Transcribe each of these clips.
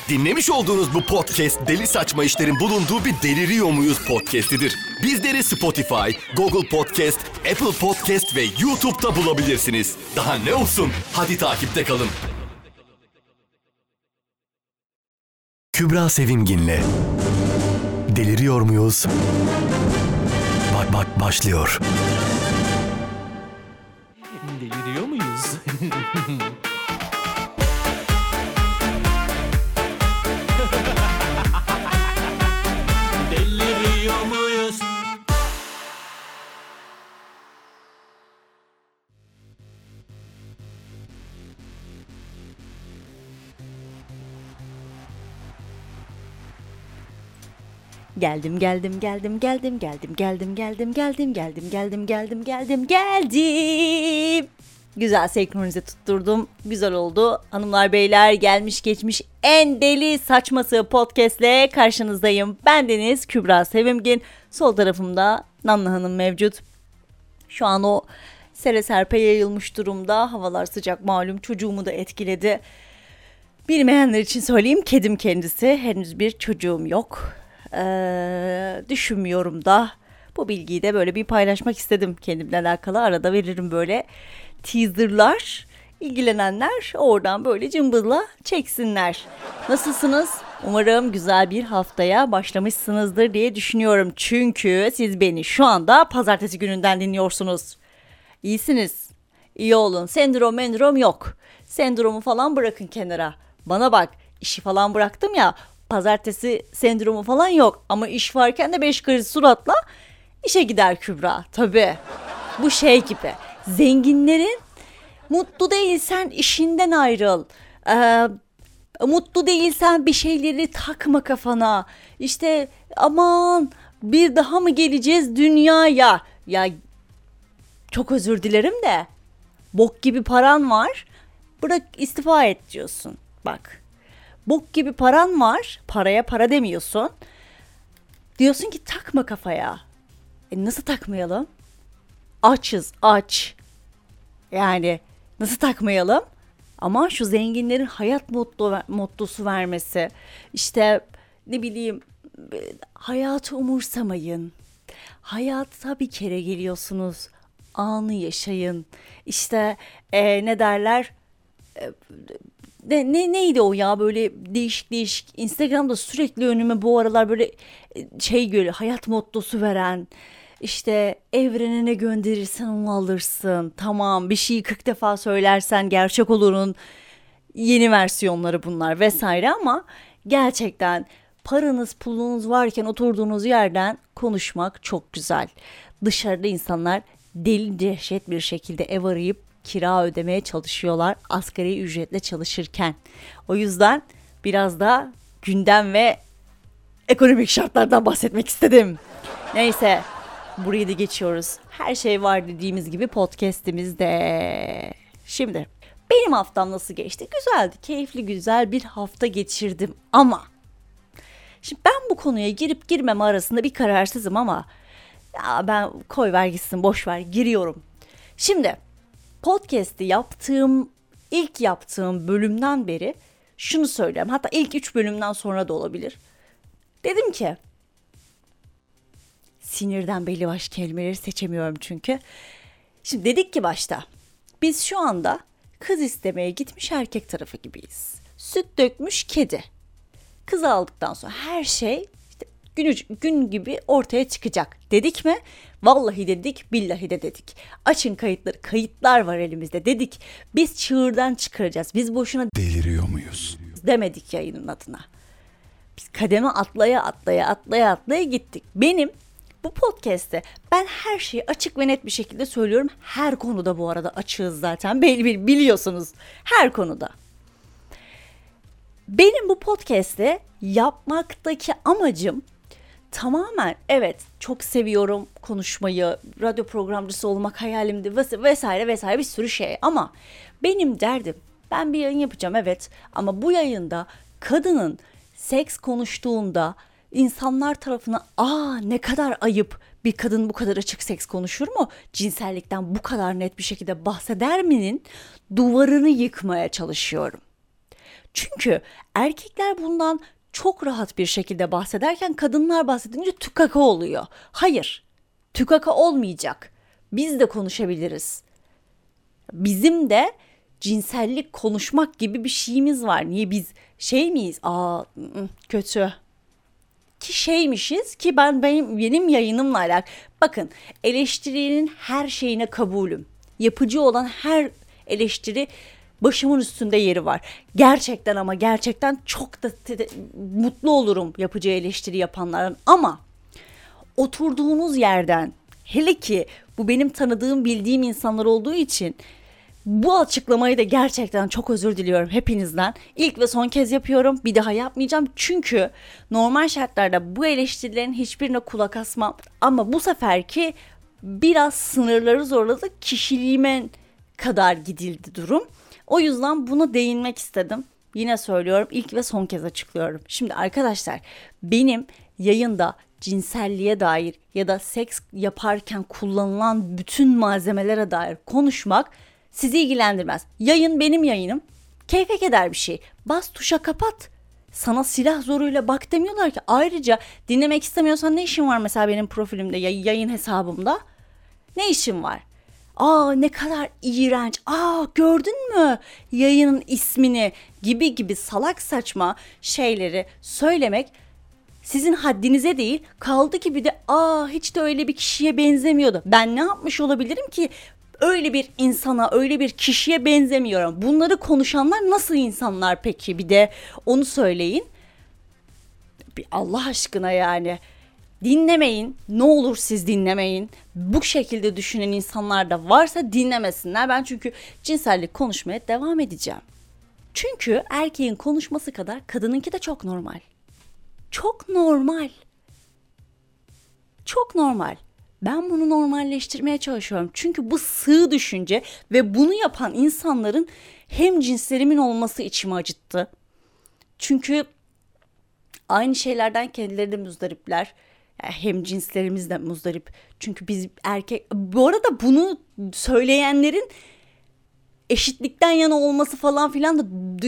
Dinlemiş olduğunuz bu podcast deli saçma işlerin bulunduğu bir Deliriyor Muyuz podcastidir. Bizleri Spotify, Google Podcast, Apple Podcast ve YouTube'da bulabilirsiniz. Daha ne olsun? Hadi takipte kalın. Kübra Sevimgin'le Deliriyor Muyuz? Bak başlıyor. Deliriyor muyuz? Deliriyor muyuz? Geldim. Güzel senkronize tutturdum. Güzel oldu. Hanımlar beyler, gelmiş geçmiş en deli saçması podcastle karşınızdayım. Bendeniz Kübra Sevimgin. Sol tarafımda Nanlı Hanım mevcut. Şu an o sere serpe yayılmış durumda. Havalar sıcak malum, çocuğumu da etkiledi. Bilmeyenler için söyleyeyim, kedim kendisi. Henüz bir çocuğum yok. Düşünmüyorum da. Bu bilgiyi de böyle bir paylaşmak istedim. Kendimle alakalı arada veririm böyle teaserlar. İlgilenenler oradan böyle cımbızla çeksinler. Nasılsınız? Umarım güzel bir haftaya başlamışsınızdır diye düşünüyorum. Çünkü siz beni şu anda pazartesi gününden dinliyorsunuz. İyisiniz. İyi olun. Sendrom yok. Sendromu falan bırakın kenara. Bana bak, işi falan bıraktım ya. Pazartesi sendromu falan yok. Ama iş varken de 5 karış suratla işe gider Kübra. Tabii. Bu şey gibi. Zenginlerin mutlu değilsen işinden ayrıl. Mutlu değilsen bir şeyleri takma kafana. İşte aman bir daha mı geleceğiz dünyaya? Ya çok özür dilerim de bok gibi paran var. Bırak istifa et diyorsun. Bak. Bok gibi paran var. Paraya para demiyorsun. Diyorsun ki takma kafaya. Nasıl takmayalım? Açız, aç. Yani nasıl takmayalım? Ama şu zenginlerin hayat mottosu vermesi. İşte ne bileyim, hayatı umursamayın. Hayata bir kere geliyorsunuz. Anı yaşayın. İşte ne derler? Neydi o ya, böyle değişik Instagram'da sürekli önüme bu aralar böyle şey görüyor, hayat mottosu veren, işte evrene ne gönderirsen onu alırsın, tamam, bir şeyi 40 defa söylersen gerçek olurun yeni versiyonları bunlar vesaire. Ama gerçekten paranız pulunuz varken oturduğunuz yerden konuşmak çok güzel. Dışarıda insanlar deli dehşet bir şekilde ev arayıp kira ödemeye çalışıyorlar asgari ücretle çalışırken. O yüzden biraz da gündem ve ekonomik şartlardan bahsetmek istedim. Neyse, burayı da geçiyoruz. Her şey var dediğimiz gibi podcast'imizde. Şimdi benim haftam nasıl geçti? Güzeldi, keyifli, güzel bir hafta geçirdim ama şimdi ben bu konuya girip girmeme arasında bir kararsızım ama ya ben koy ver gitsin, boş ver, giriyorum. Şimdi podcast'i ilk yaptığım bölümden beri şunu söylüyorum. Hatta ilk 3 bölümden sonra da olabilir. Dedim ki, sinirden belli başlı kelimeleri seçemiyorum çünkü. Şimdi dedik ki başta, biz şu anda kız istemeye gitmiş erkek tarafı gibiyiz. Süt dökmüş kedi. Kız aldıktan sonra her şey gün gibi ortaya çıkacak. Dedik mi? Vallahi dedik, billahi de dedik. Açın kayıtları, kayıtlar var elimizde dedik. Biz çığırdan çıkaracağız. Biz boşuna Deliriyor muyuz? demedik yayının adına. Biz kademe atlaya gittik. Benim bu podcast'te ben her şeyi açık ve net bir şekilde söylüyorum. Her konuda bu arada açığız zaten. Biliyorsunuz, her konuda. Benim bu podcast'te yapmaktaki amacım tamamen, evet, çok seviyorum konuşmayı, radyo programcısı olmak hayalimdi vesaire bir sürü şey, ama benim derdim, ben bir yayın yapacağım evet, ama bu yayında kadının seks konuştuğunda insanlar tarafından ne kadar ayıp, bir kadın bu kadar açık seks konuşur mu, cinsellikten bu kadar net bir şekilde bahseder mi'nin duvarını yıkmaya çalışıyorum. Çünkü erkekler bundan çok rahat bir şekilde bahsederken kadınlar bahsedince tükaka oluyor. Hayır, tükaka olmayacak. Biz de konuşabiliriz. Bizim de cinsellik konuşmak gibi bir şeyimiz var. Niye biz şey miyiz? Kötü. Ki şeymişiz ki benim yayınımla alakalı. Bakın, eleştirinin her şeyine kabulüm. Yapıcı olan her eleştiri başımın üstünde yeri var. Gerçekten ama gerçekten çok da mutlu olurum yapıcı eleştiri yapanların. Ama oturduğunuz yerden, hele ki bu benim tanıdığım, bildiğim insanlar olduğu için bu açıklamayı da gerçekten çok özür diliyorum hepinizden. İlk ve son kez yapıyorum. Bir daha yapmayacağım. Çünkü normal şartlarda bu eleştirilerin hiçbirine kulak asmam. Ama bu seferki biraz sınırları zorladı. Kişiliğime kadar gidildi durum. O yüzden buna değinmek istedim. Yine söylüyorum, ilk ve son kez açıklıyorum. Şimdi arkadaşlar, benim yayında cinselliğe dair ya da seks yaparken kullanılan bütün malzemelere dair konuşmak sizi ilgilendirmez. Yayın benim yayınım. Keyfe keder bir şey. Bas tuşa kapat. Sana silah zoruyla bak demiyorlar ki. Ayrıca dinlemek istemiyorsan ne işin var mesela benim profilimde, yayın hesabımda? Ne işin var? Ne kadar iğrenç. Gördün mü yayının ismini gibi salak saçma şeyleri söylemek sizin haddinize değil. Kaldı ki bir de hiç de öyle bir kişiye benzemiyordu. Ben ne yapmış olabilirim ki? Öyle bir insana, öyle bir kişiye benzemiyorum. Bunları konuşanlar nasıl insanlar peki? Bir de onu söyleyin. Bir Allah aşkına yani. Dinlemeyin. Ne olur siz dinlemeyin. Bu şekilde düşünen insanlar da varsa dinlemesinler. Ben çünkü cinsellik konuşmaya devam edeceğim. Çünkü erkeğin konuşması kadar kadınınki de çok normal. Çok normal. Çok normal. Ben bunu normalleştirmeye çalışıyorum. Çünkü bu sığ düşünce ve bunu yapan insanların hem cinslerimin olması içimi acıttı. Çünkü aynı şeylerden kendileri de muzdaripler. Yani hem cinslerimiz de muzdarip. Çünkü biz erkek... Bu arada bunu söyleyenlerin eşitlikten yana olması falan filan da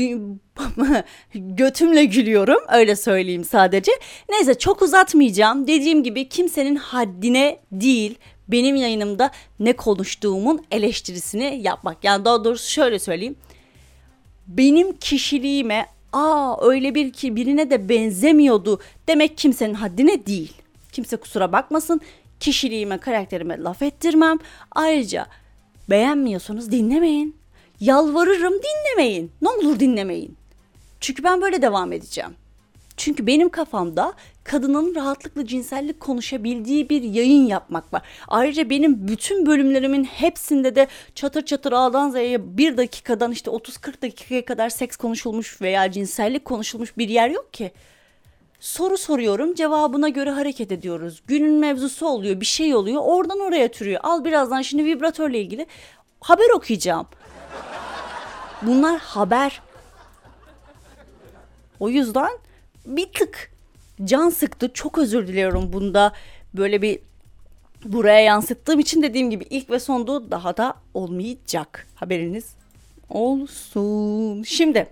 götümle gülüyorum. Öyle söyleyeyim sadece. Neyse, çok uzatmayacağım. Dediğim gibi kimsenin haddine değil, benim yayınımda ne konuştuğumun eleştirisini yapmak. Yani daha doğrusu şöyle söyleyeyim. Benim kişiliğime öyle bir ki birine de benzemiyordu demek kimsenin haddine değil. Kimse kusura bakmasın. Kişiliğime, karakterime laf ettirmem. Ayrıca beğenmiyorsanız dinlemeyin. Yalvarırım, dinlemeyin. Ne olur dinlemeyin. Çünkü ben böyle devam edeceğim. Çünkü benim kafamda kadının rahatlıkla cinsellik konuşabildiği bir yayın yapmak var. Ayrıca benim bütün bölümlerimin hepsinde de çatır çatır A'dan Z'ye 1 dakikadan 30-40 dakikaya kadar seks konuşulmuş veya cinsellik konuşulmuş bir yer yok ki. Soru soruyorum, cevabına göre hareket ediyoruz. Günün mevzusu oluyor, bir şey oluyor, oradan oraya türüyor. Al birazdan şimdi vibratörle ilgili haber okuyacağım. Bunlar haber. O yüzden bir tık can sıktı. Çok özür diliyorum bunda böyle bir buraya yansıttığım için. Dediğim gibi ilk ve sondu, daha da olmayacak. Haberiniz olsun. Şimdi.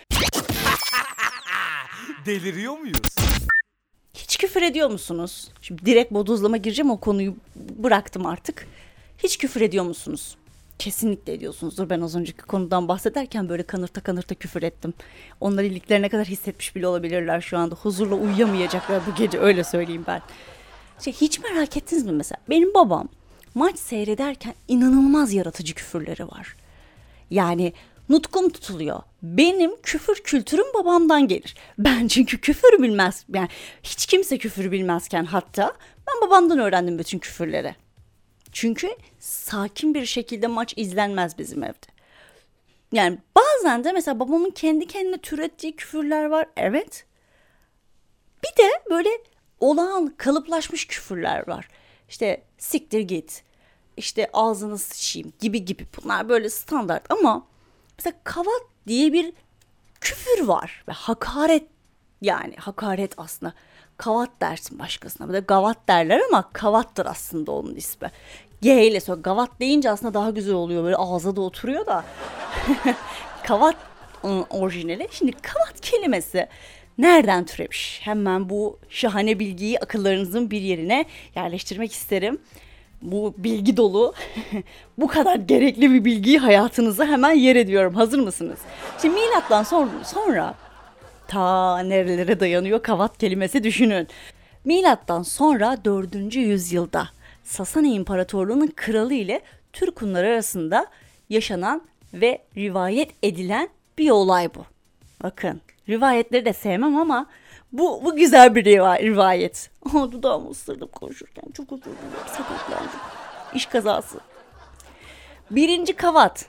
Deliriyor muyuz? Hiç küfür ediyor musunuz? Şimdi direkt bodozlama gireceğim, o konuyu bıraktım artık. Hiç küfür ediyor musunuz? Kesinlikle ediyorsunuzdur. Ben az önceki konudan bahsederken böyle kanırta küfür ettim. Onlar iliklerine kadar hissetmiş bile olabilirler şu anda. Huzurla uyuyamayacaklar bu gece, öyle söyleyeyim ben. Hiç merak ettiniz mi mesela? Benim babam maç seyrederken inanılmaz yaratıcı küfürleri var. Yani nutkum tutuluyor. Benim küfür kültürüm babamdan gelir. Ben çünkü küfür bilmez. Yani hiç kimse küfür bilmezken hatta ben babamdan öğrendim bütün küfürleri. Çünkü sakin bir şekilde maç izlenmez bizim evde. Yani bazen de mesela babamın kendi kendine türettiği küfürler var. Evet. Bir de böyle olağan kalıplaşmış küfürler var. İşte siktir git. İşte ağzını sıçayım gibi. Bunlar böyle standart ama mesela kavat diye bir küfür var. Ve hakaret, yani hakaret aslında. Kavat dersin başkasına. Bir de gavat derler ama kavattır aslında onun ismi. G ile sonra gavat deyince aslında daha güzel oluyor. Böyle ağza da oturuyor da. Kavat orijinali. Şimdi kavat kelimesi nereden türemiş? Hemen bu şahane bilgiyi akıllarınızın bir yerine yerleştirmek isterim. Bu bilgi dolu, bu kadar gerekli bir bilgiyi hayatınıza hemen yer ediyorum. Hazır mısınız? Şimdi milattan sonra ta nerelere dayanıyor kavat kelimesi düşünün. Milattan sonra 4. yüzyılda Sasani İmparatorluğu'nun kralı ile Türk Hunları arasında yaşanan ve rivayet edilen bir olay bu. Bakın, rivayetleri de sevmem ama bu güzel bir rivayet. Dudağımı ısırdım konuşurken, çok özür dilerim, sakatlandım. İş kazası. 1. kavat.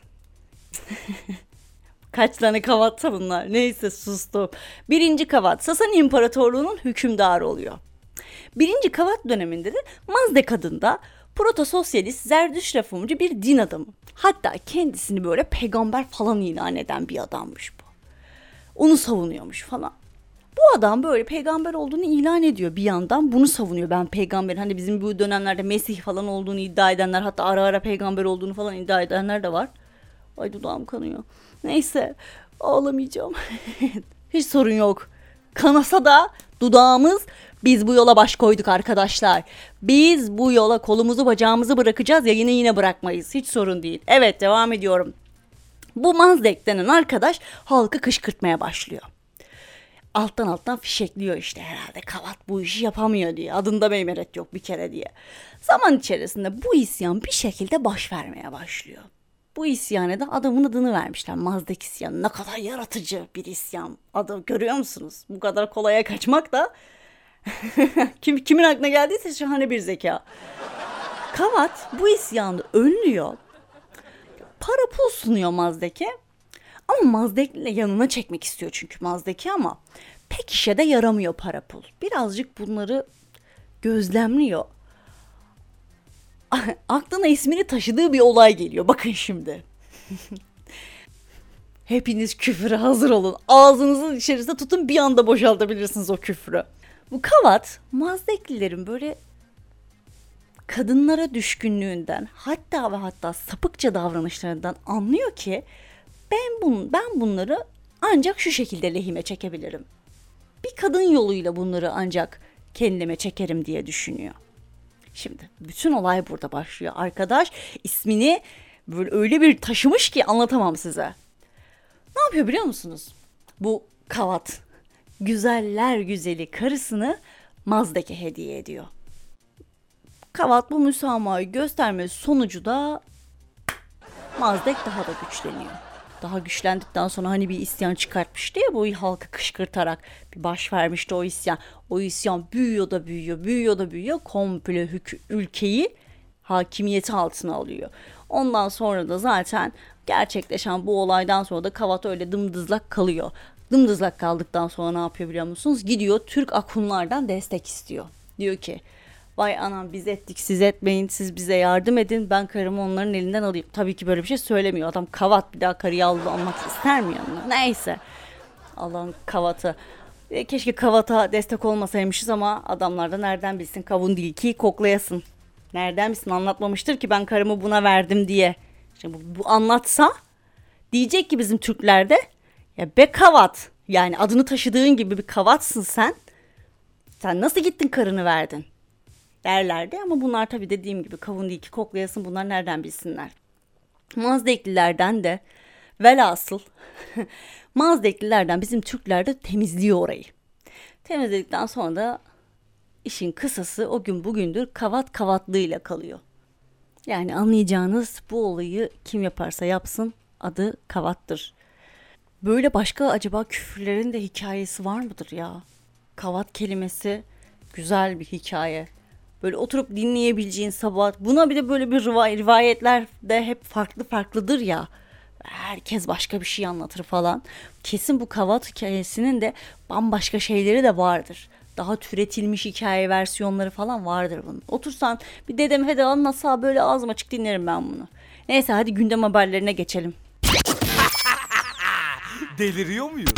Kaç tane kavatsa bunlar. Neyse sustum. 1. kavat Sasani İmparatorluğu'nun hükümdarı oluyor. 1. kavat döneminde de Mazdek adında proto-sosyalist Zerdüşt reformcu bir din adamı. Hatta kendisini böyle peygamber falan ilan eden bir adammış bu. Onu savunuyormuş falan. Bu adam böyle peygamber olduğunu ilan ediyor bir yandan, bunu savunuyor. Ben peygamber, hani bizim bu dönemlerde Mesih falan olduğunu iddia edenler, hatta ara ara peygamber olduğunu falan iddia edenler de var. Ay dudağım kanıyor. Neyse, ağlamayacağım. Hiç sorun yok. Kanasa da dudağımız, biz bu yola baş koyduk arkadaşlar. Biz bu yola kolumuzu bacağımızı bırakacağız, yayını yine bırakmayız. Hiç sorun değil. Evet, devam ediyorum. Bu Mazdek denen arkadaş halkı kışkırtmaya başlıyor. Alttan fişekliyor işte, herhalde kavat bu işi yapamıyor diye. Adında meymeret yok bir kere diye. Zaman içerisinde bu isyan bir şekilde baş vermeye başlıyor. Bu isyana da adamın adını vermişler. Mazdek isyanı. Ne kadar yaratıcı bir isyan. Adı görüyor musunuz? Bu kadar kolaya kaçmak da kimin aklına geldiyse şahane bir zeka. Kavat bu isyanda önlüyor. Para pul sunuyor Mazdek'e. Ama Mazdek'le yanına çekmek istiyor çünkü Mazdek'i, ama pek işe de yaramıyor para pul. Birazcık bunları gözlemliyor. Aklına ismini taşıdığı bir olay geliyor. Bakın şimdi. Hepiniz küfüre hazır olun. Ağzınızın içerisinde tutun, bir anda boşaltabilirsiniz o küfrü. Bu kavat Mazdeklilerin böyle kadınlara düşkünlüğünden, hatta sapıkça davranışlarından anlıyor ki ben bunları ancak şu şekilde lehime çekebilirim. Bir kadın yoluyla bunları ancak kendime çekerim diye düşünüyor. Şimdi bütün olay burada başlıyor. Arkadaş ismini böyle öyle bir taşımış ki anlatamam size. Ne yapıyor biliyor musunuz? Bu kavat güzeller güzeli karısını Mazdek'e hediye ediyor. Kavat bu müsamahayı göstermesi sonucu da Mazdek daha da güçleniyor. Daha güçlendikten sonra hani bir isyan çıkartmıştı ya, bu halkı kışkırtarak bir baş vermişti o isyan. O isyan büyüyor da büyüyor. Komple ülkeyi hakimiyeti altına alıyor. Ondan sonra da zaten gerçekleşen bu olaydan sonra da Kavat öyle dımdızlak kalıyor. Dımdızlak kaldıktan sonra ne yapıyor biliyor musunuz? Gidiyor Türk Akunlardan destek istiyor. Diyor ki vay anam, biz ettik siz etmeyin, siz bize yardım edin, ben karımı onların elinden alayım. Tabii ki böyle bir şey söylemiyor. Adam Kavat, bir daha karıyı almak ister mi yanına? Neyse. Allah'ın Kavat'ı. Keşke Kavat'a destek olmasaymışız ama adamlar da nereden bilsin, kavun değil ki koklayasın. Nereden bilsin, anlatmamıştır ki ben karımı buna verdim diye. Şimdi bu anlatsa diyecek ki bizim Türklerde, ya be Kavat, yani adını taşıdığın gibi bir Kavatsın sen. Sen nasıl gittin karını verdin derlerdi, ama bunlar tabii dediğim gibi kavun değil ki koklayasın, bunlar nereden bilsinler. Mazdeklilerden de velhasıl Mazdeklilerden bizim Türkler de temizliyor orayı. Temizledikten sonra da işin kısası o gün bugündür Kavat kavatlığıyla kalıyor. Yani anlayacağınız, bu olayı kim yaparsa yapsın adı Kavat'tır. Böyle başka acaba küfürlerin de hikayesi var mıdır ya? Kavat kelimesi güzel bir hikaye. Böyle oturup dinleyebileceğin sabah. Buna bir de böyle bir rivayetler de hep farklıdır ya. Herkes başka bir şey anlatır falan. Kesin bu Kavat hikayesinin de bambaşka şeyleri de vardır. Daha türetilmiş hikaye versiyonları falan vardır bunun. Otursan bir dedem hadi anlatsa böyle ağzım açık dinlerim ben bunu. Neyse, hadi gündem haberlerine geçelim. Deliriyor muyuz?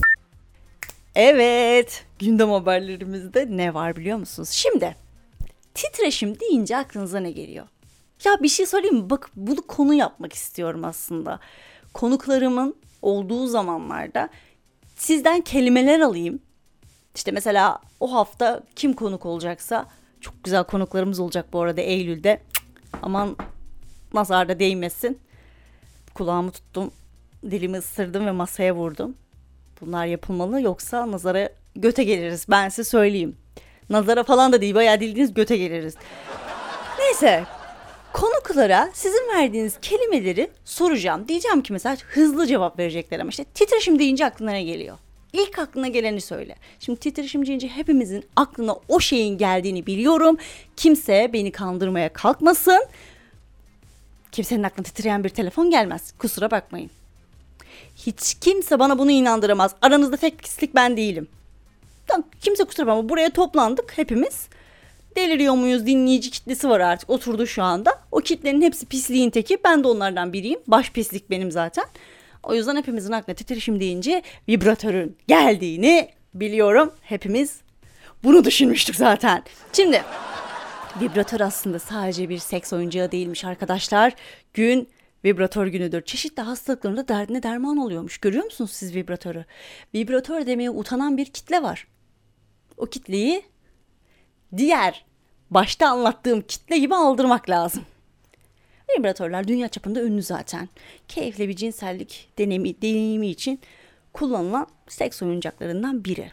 Evet, gündem haberlerimizde ne var biliyor musunuz? Şimdi titreşim deyince aklınıza ne geliyor? Ya bir şey söyleyeyim mi? Bak, bunu konu yapmak istiyorum aslında. konuklarımın olduğu zamanlarda sizden kelimeler alayım. İşte mesela o hafta kim konuk olacaksa, çok güzel konuklarımız olacak bu arada Eylül'de. Aman nazar da değmesin. Kulağımı tuttum, dilimi ısırdım ve masaya vurdum. Bunlar yapılmalı, yoksa nazara göte geliriz, ben size söyleyeyim. Nazara falan da değil, bayağı bildiğiniz göte geliriz. Neyse, konuklara sizin verdiğiniz kelimeleri soracağım. Diyeceğim ki mesela hızlı cevap verecekler ama işte titreşim deyince aklına ne geliyor? İlk aklına geleni söyle. Şimdi titreşim deyince hepimizin aklına o şeyin geldiğini biliyorum. Kimse beni kandırmaya kalkmasın. Kimsenin aklına titreyen bir telefon gelmez. Kusura bakmayın. Hiç kimse bana bunu inandıramaz. Aranızda tek pislik ben değilim. Kimse kusura bakma. Buraya toplandık hepimiz. Deliriyor muyuz dinleyici kitlesi var artık, oturdu şu anda. O kitlenin hepsi pisliğin teki. Ben de onlardan biriyim. Baş pislik benim zaten. O yüzden hepimizin aklına titreşim deyince vibratörün geldiğini biliyorum. Hepimiz bunu düşünmüştük zaten. Şimdi vibratör aslında sadece bir seks oyuncağı değilmiş arkadaşlar. Gün vibratör günüdür. Çeşitli hastalıklarında derdine derman oluyormuş. Görüyor musunuz siz vibratörü? Vibratör demeye utanan bir kitle var. O kitleyi diğer başta anlattığım kitle gibi aldırmak lazım. Vibratörler dünya çapında ünlü zaten. Keyifli bir cinsellik deneyimi için kullanılan seks oyuncaklarından biri.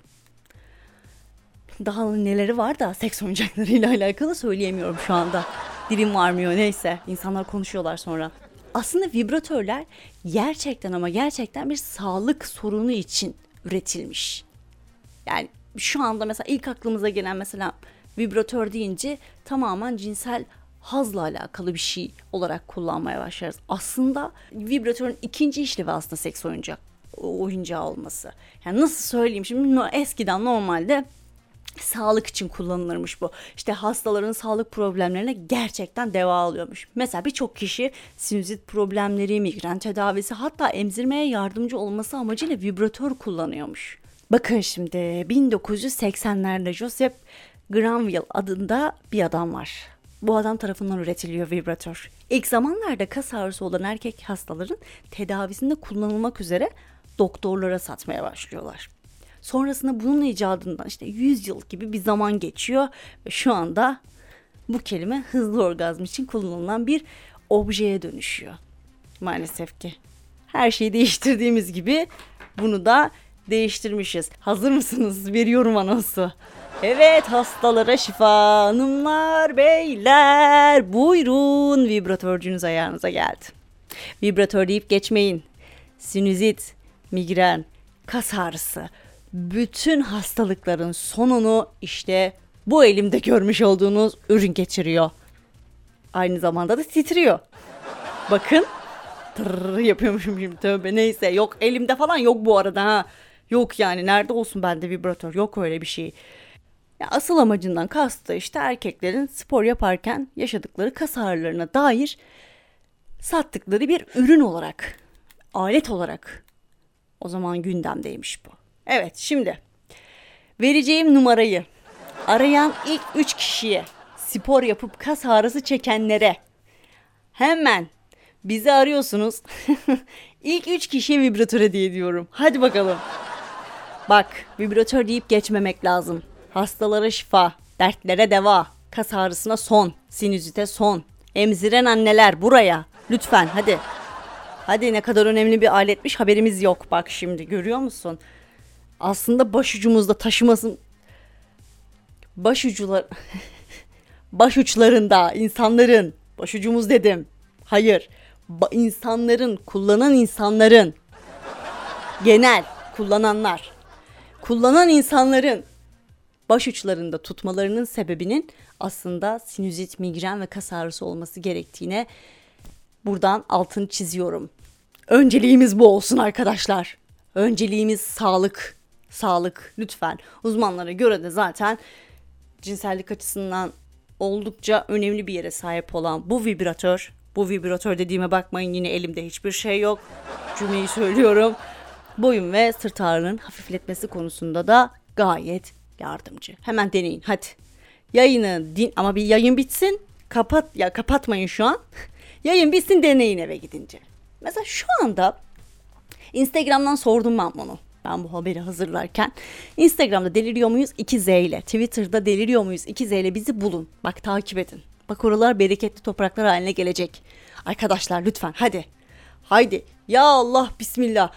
Daha neleri var da seks oyuncaklarıyla alakalı söyleyemiyorum şu anda. Dilim varmıyor, neyse. İnsanlar konuşuyorlar sonra. Aslında vibratörler gerçekten ama gerçekten bir sağlık sorunu için üretilmiş. Yani şu anda mesela ilk aklımıza gelen mesela vibratör deyince tamamen cinsel hazla alakalı bir şey olarak kullanmaya başlarız. Aslında vibratörün ikinci işlevi aslında seks oyuncağı olması. Yani nasıl söyleyeyim şimdi, eskiden normalde sağlık için kullanılırmış bu. İşte hastaların sağlık problemlerine gerçekten deva alıyormuş. Mesela birçok kişi sinüzit problemleri, migren tedavisi, hatta emzirmeye yardımcı olması amacıyla vibratör kullanıyormuş. Bakın şimdi 1980'lerde Joseph Granville adında bir adam var. Bu adam tarafından üretiliyor vibratör. İlk zamanlarda kas ağrısı olan erkek hastaların tedavisinde kullanılmak üzere doktorlara satmaya başlıyorlar. Sonrasında bunun icadından işte 100 yıl gibi bir zaman geçiyor ve şu anda bu kelime hızlı orgazm için kullanılan bir objeye dönüşüyor. Maalesef ki. Her şeyi değiştirdiğimiz gibi bunu da değiştirmişiz. Hazır mısınız? Veriyorum anonsu. Evet, hastalara şifa, hanımlar beyler, buyurun, vibratörcünüz ayağınıza geldi. Vibratör deyip geçmeyin. Sinüzit, migren, kas ağrısı, bütün hastalıkların sonunu işte bu elimde görmüş olduğunuz ürün geçiriyor. Aynı zamanda da titriyor. Bakın, tırrrr yapıyormuşum şimdi, tövbe, neyse, yok elimde falan yok bu arada ha. Yok yani, nerede olsun bende vibratör, yok öyle bir şey. Ya asıl amacından kastı işte erkeklerin spor yaparken yaşadıkları kas ağrılarına dair sattıkları bir ürün olarak, alet olarak o zaman gündemdeymiş bu. Evet, şimdi vereceğim numarayı arayan ilk 3 kişiye, spor yapıp kas ağrısı çekenlere hemen bizi arıyorsunuz. İlk 3 kişiye vibratör hediye ediyorum. Hadi bakalım. Bak, vibratör deyip geçmemek lazım. Hastalara şifa, dertlere deva, kas ağrısına son, sinüzite son. Emziren anneler buraya. Lütfen hadi. Hadi, ne kadar önemli bir aletmiş, haberimiz yok. Bak şimdi, görüyor musun? Aslında başucumuzda taşımasın. Başuçlarında insanların, başucumuz dedim. Hayır. İnsanların, kullanan insanların, genel kullananlar, kullanan insanların başuçlarında tutmalarının sebebinin aslında sinüzit, migren ve kas ağrısı olması gerektiğine buradan altını çiziyorum. Önceliğimiz bu olsun arkadaşlar. Önceliğimiz sağlık. Sağlık lütfen. Uzmanlara göre de zaten cinsellik açısından oldukça önemli bir yere sahip olan bu vibratör dediğime bakmayın, yine elimde hiçbir şey yok. Cümleyi söylüyorum. Boyun ve sırt ağrının hafifletmesi konusunda da gayet yardımcı. Hemen deneyin hadi. Ama bir yayın bitsin. Kapatmayın şu an. Yayın bitsin, deneyin eve gidince. Mesela şu anda Instagram'dan sordum ben bunu. Ben bu haberi hazırlarken. Instagram'da deliriyor muyuz 2Z ile. Twitter'da deliriyor muyuz 2Z ile bizi bulun. Bak takip edin. Bak oralar bereketli topraklar haline gelecek. Arkadaşlar lütfen hadi. Haydi. Ya Allah bismillah.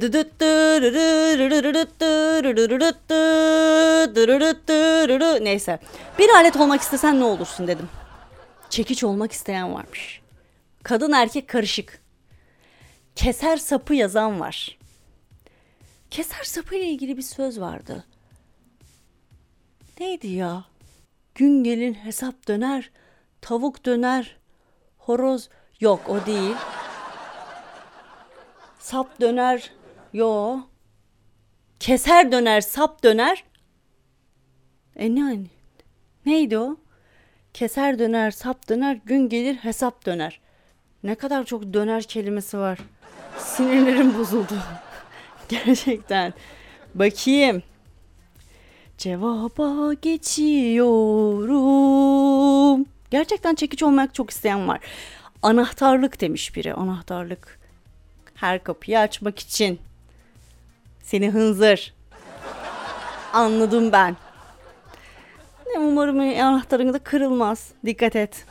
Neyse. Bir alet olmak istesen ne olursun dedim. Çekiç olmak isteyen varmış. Kadın erkek karışık. Keser sapı yazan var. Keser sapı ile ilgili bir söz vardı. Neydi ya? Gün gelir hesap döner, tavuk döner, horoz yok o değil. Sap döner, yo. Keser döner, sap döner. Neydi o? Keser döner, sap döner, gün gelir hesap döner. Ne kadar çok döner kelimesi var. Sinirlerim bozuldu. Gerçekten. Bakayım. Cevaba geçiyorum. Gerçekten çekiç olmak çok isteyen var. Anahtarlık demiş biri. Anahtarlık. Her kapıyı açmak için. Seni hınzır. Anladım ben. Umarım anahtarın da kırılmaz. Dikkat et.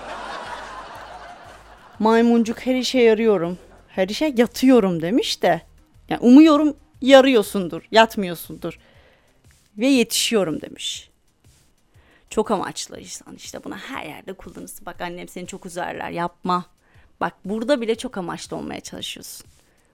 Maymuncuk her işe yarıyorum. Her işe yatıyorum demiş de. Yani umuyorum yarıyorsundur, yatmıyorsundur. Ve yetişiyorum demiş. Çok amaçlı insan işte buna her yerde kullanırsın. Bak annem seni çok üzerler yapma. Bak burada bile çok amaçlı olmaya çalışıyorsun.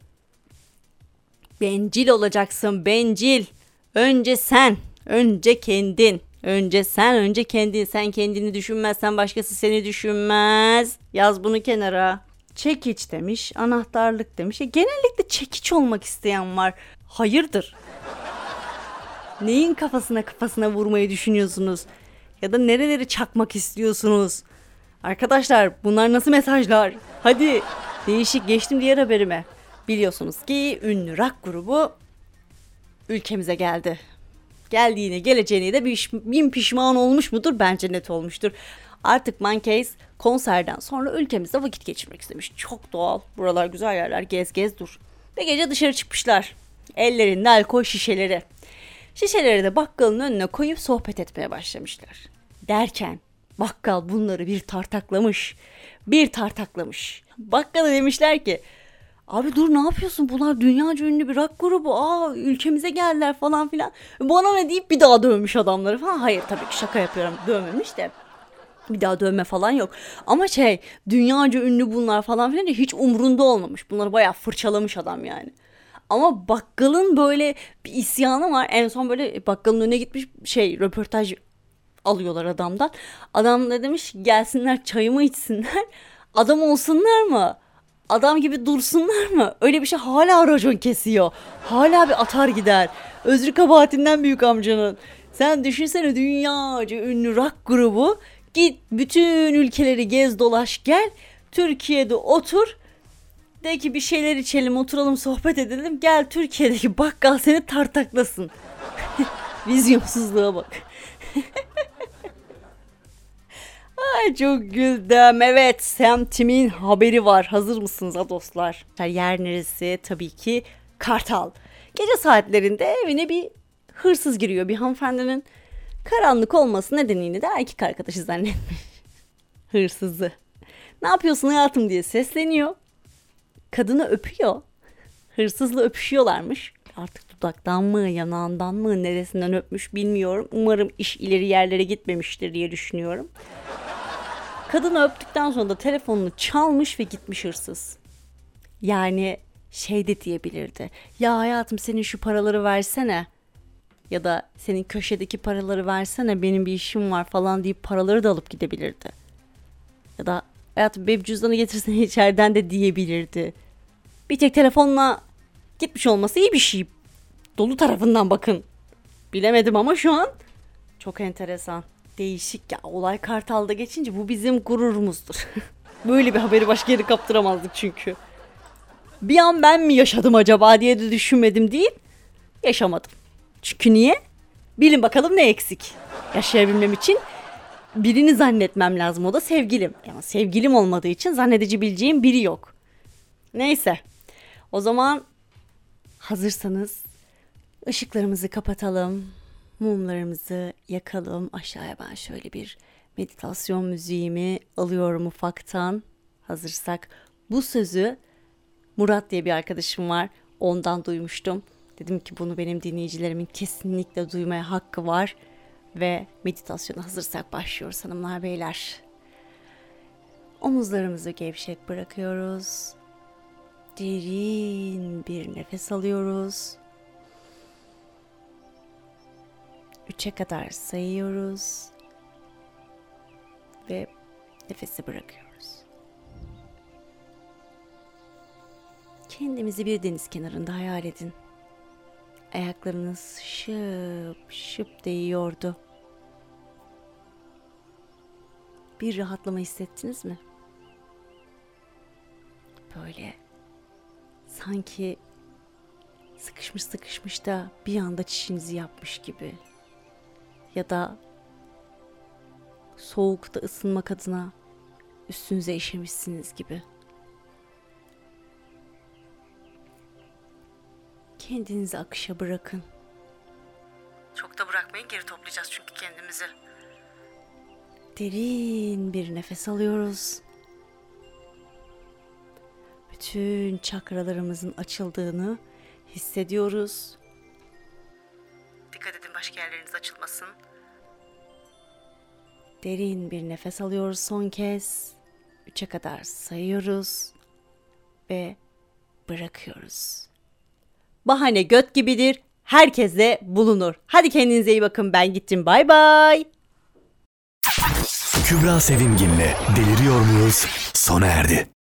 Bencil olacaksın bencil. Önce sen, önce kendin. Önce sen, önce kendin. Sen kendini düşünmezsen başkası seni düşünmez. Yaz bunu kenara. Çekiç demiş, anahtarlık demiş. Genellikle çekiç olmak isteyen var. Hayırdır? Neyin kafasına vurmayı düşünüyorsunuz? Ya da nereleri çakmak istiyorsunuz? Arkadaşlar bunlar nasıl mesajlar? Hadi değişik geçtim diğer haberime. Biliyorsunuz ki ünlü rock grubu ülkemize geldi. Geldiğine geleceğine de bin pişman olmuş mudur? Bence net olmuştur. Artık Monkeys konserden sonra ülkemizde vakit geçirmek istemiş. Çok doğal. Buralar güzel yerler. Gez dur. Ve gece dışarı çıkmışlar. Ellerinde alkol şişeleri. Şişeleri de bakkalın önüne koyup sohbet etmeye başlamışlar. Derken bakkal bunları bir tartaklamış. Bakkala demişler ki abi dur ne yapıyorsun? Bunlar dünyaca ünlü bir rock grubu. Ülkemize geldiler falan filan. Bana ne deyip bir daha dövmüş adamları falan. Hayır tabii ki şaka yapıyorum. Dövmemiş de. Bir daha dövme falan yok. Ama dünyaca ünlü bunlar falan filan hiç umrunda olmamış. Bunları bayağı fırçalamış adam yani. Ama bakkalın böyle bir isyanı var. En son böyle bakkalın önüne gitmiş röportaj alıyorlar adamdan. Adam da demiş gelsinler çayımı içsinler. Adam olsunlar mı? Adam gibi dursunlar mı? Öyle bir şey hala racon kesiyor. Hala bir atar gider. Özrü kabahatinden büyük amcanın. Sen düşünsene dünyaca ünlü rock grubu. Git bütün ülkeleri gez dolaş gel. Türkiye'de otur. De ki bir şeyler içelim oturalım sohbet edelim. Gel Türkiye'deki bakkal seni tartaklasın. Vizyonsuzluğa bak. Ay çok güldüm. Evet Sam Tim'in haberi var. Hazır mısınız dostlar? Yer neresi? Tabii ki Kartal. Gece saatlerinde evine bir hırsız giriyor. Bir hanımefendinin karanlık olması nedeniyle de erkek arkadaşı zannetmiş. Hırsızı. Ne yapıyorsun hayatım diye sesleniyor. Kadını öpüyor. Hırsızla öpüşüyorlarmış. Artık dudaktan mı, yanağından mı, neresinden öpmüş bilmiyorum. Umarım iş ileri yerlere gitmemiştir diye düşünüyorum. Kadını öptükten sonra da telefonunu çalmış ve gitmiş hırsız. Yani de diyebilirdi. Ya hayatım senin şu paraları versene. Ya da senin köşedeki paraları versene benim bir işim var falan deyip paraları da alıp gidebilirdi. Ya da hayatım benim cüzdanı getirsene içeriden de diyebilirdi. Bir tek telefonla gitmiş olması iyi bir şey. Dolu tarafından bakın. Bilemedim ama şu an çok enteresan. Değişik ya. Olay Kartal'da geçince bu bizim gururumuzdur. Böyle bir haberi başka yere kaptıramazdık çünkü. Bir an ben mi yaşadım acaba diye de düşünmedim değil. Yaşamadım. Çünkü niye? Bilin bakalım ne eksik. Yaşayabilmem için birini zannetmem lazım. O da sevgilim. Yani sevgilim olmadığı için zannedebileceğim biri yok. Neyse. O zaman Hazırsanız ışıklarımızı kapatalım, mumlarımızı yakalım. Aşağıya ben şöyle bir meditasyon müziğimi alıyorum ufaktan. Hazırsak bu sözü Murat diye bir arkadaşım var. Ondan duymuştum. Dedim ki bunu benim dinleyicilerimin kesinlikle duymaya hakkı var. Ve meditasyona hazırsak başlıyoruz hanımlar beyler. Omuzlarımızı gevşek bırakıyoruz. Derin bir nefes alıyoruz. 3'e kadar sayıyoruz. Ve nefesi bırakıyoruz. Kendimizi bir deniz kenarında hayal edin. Ayaklarınız şıp şıp değiyordu. Bir rahatlama hissettiniz mi? Böyle sanki sıkışmış da bir anda çişinizi yapmış gibi. Ya da soğukta ısınmak adına üstünüze işemişsiniz gibi. Kendinizi akışa bırakın. Çok da bırakmayın, geri toplayacağız çünkü kendimizi. Derin bir nefes alıyoruz. Bütün çakralarımızın açıldığını hissediyoruz. Dikkat edin başka yerleriniz açılmasın. Derin bir nefes alıyoruz son kez. 3'e kadar sayıyoruz ve bırakıyoruz. Bahane göt gibidir, herkese bulunur. Hadi kendinize iyi bakın, ben gittim, bay bay. Kübra Sevimgin'le Deliriyor Muyuz sona erdi.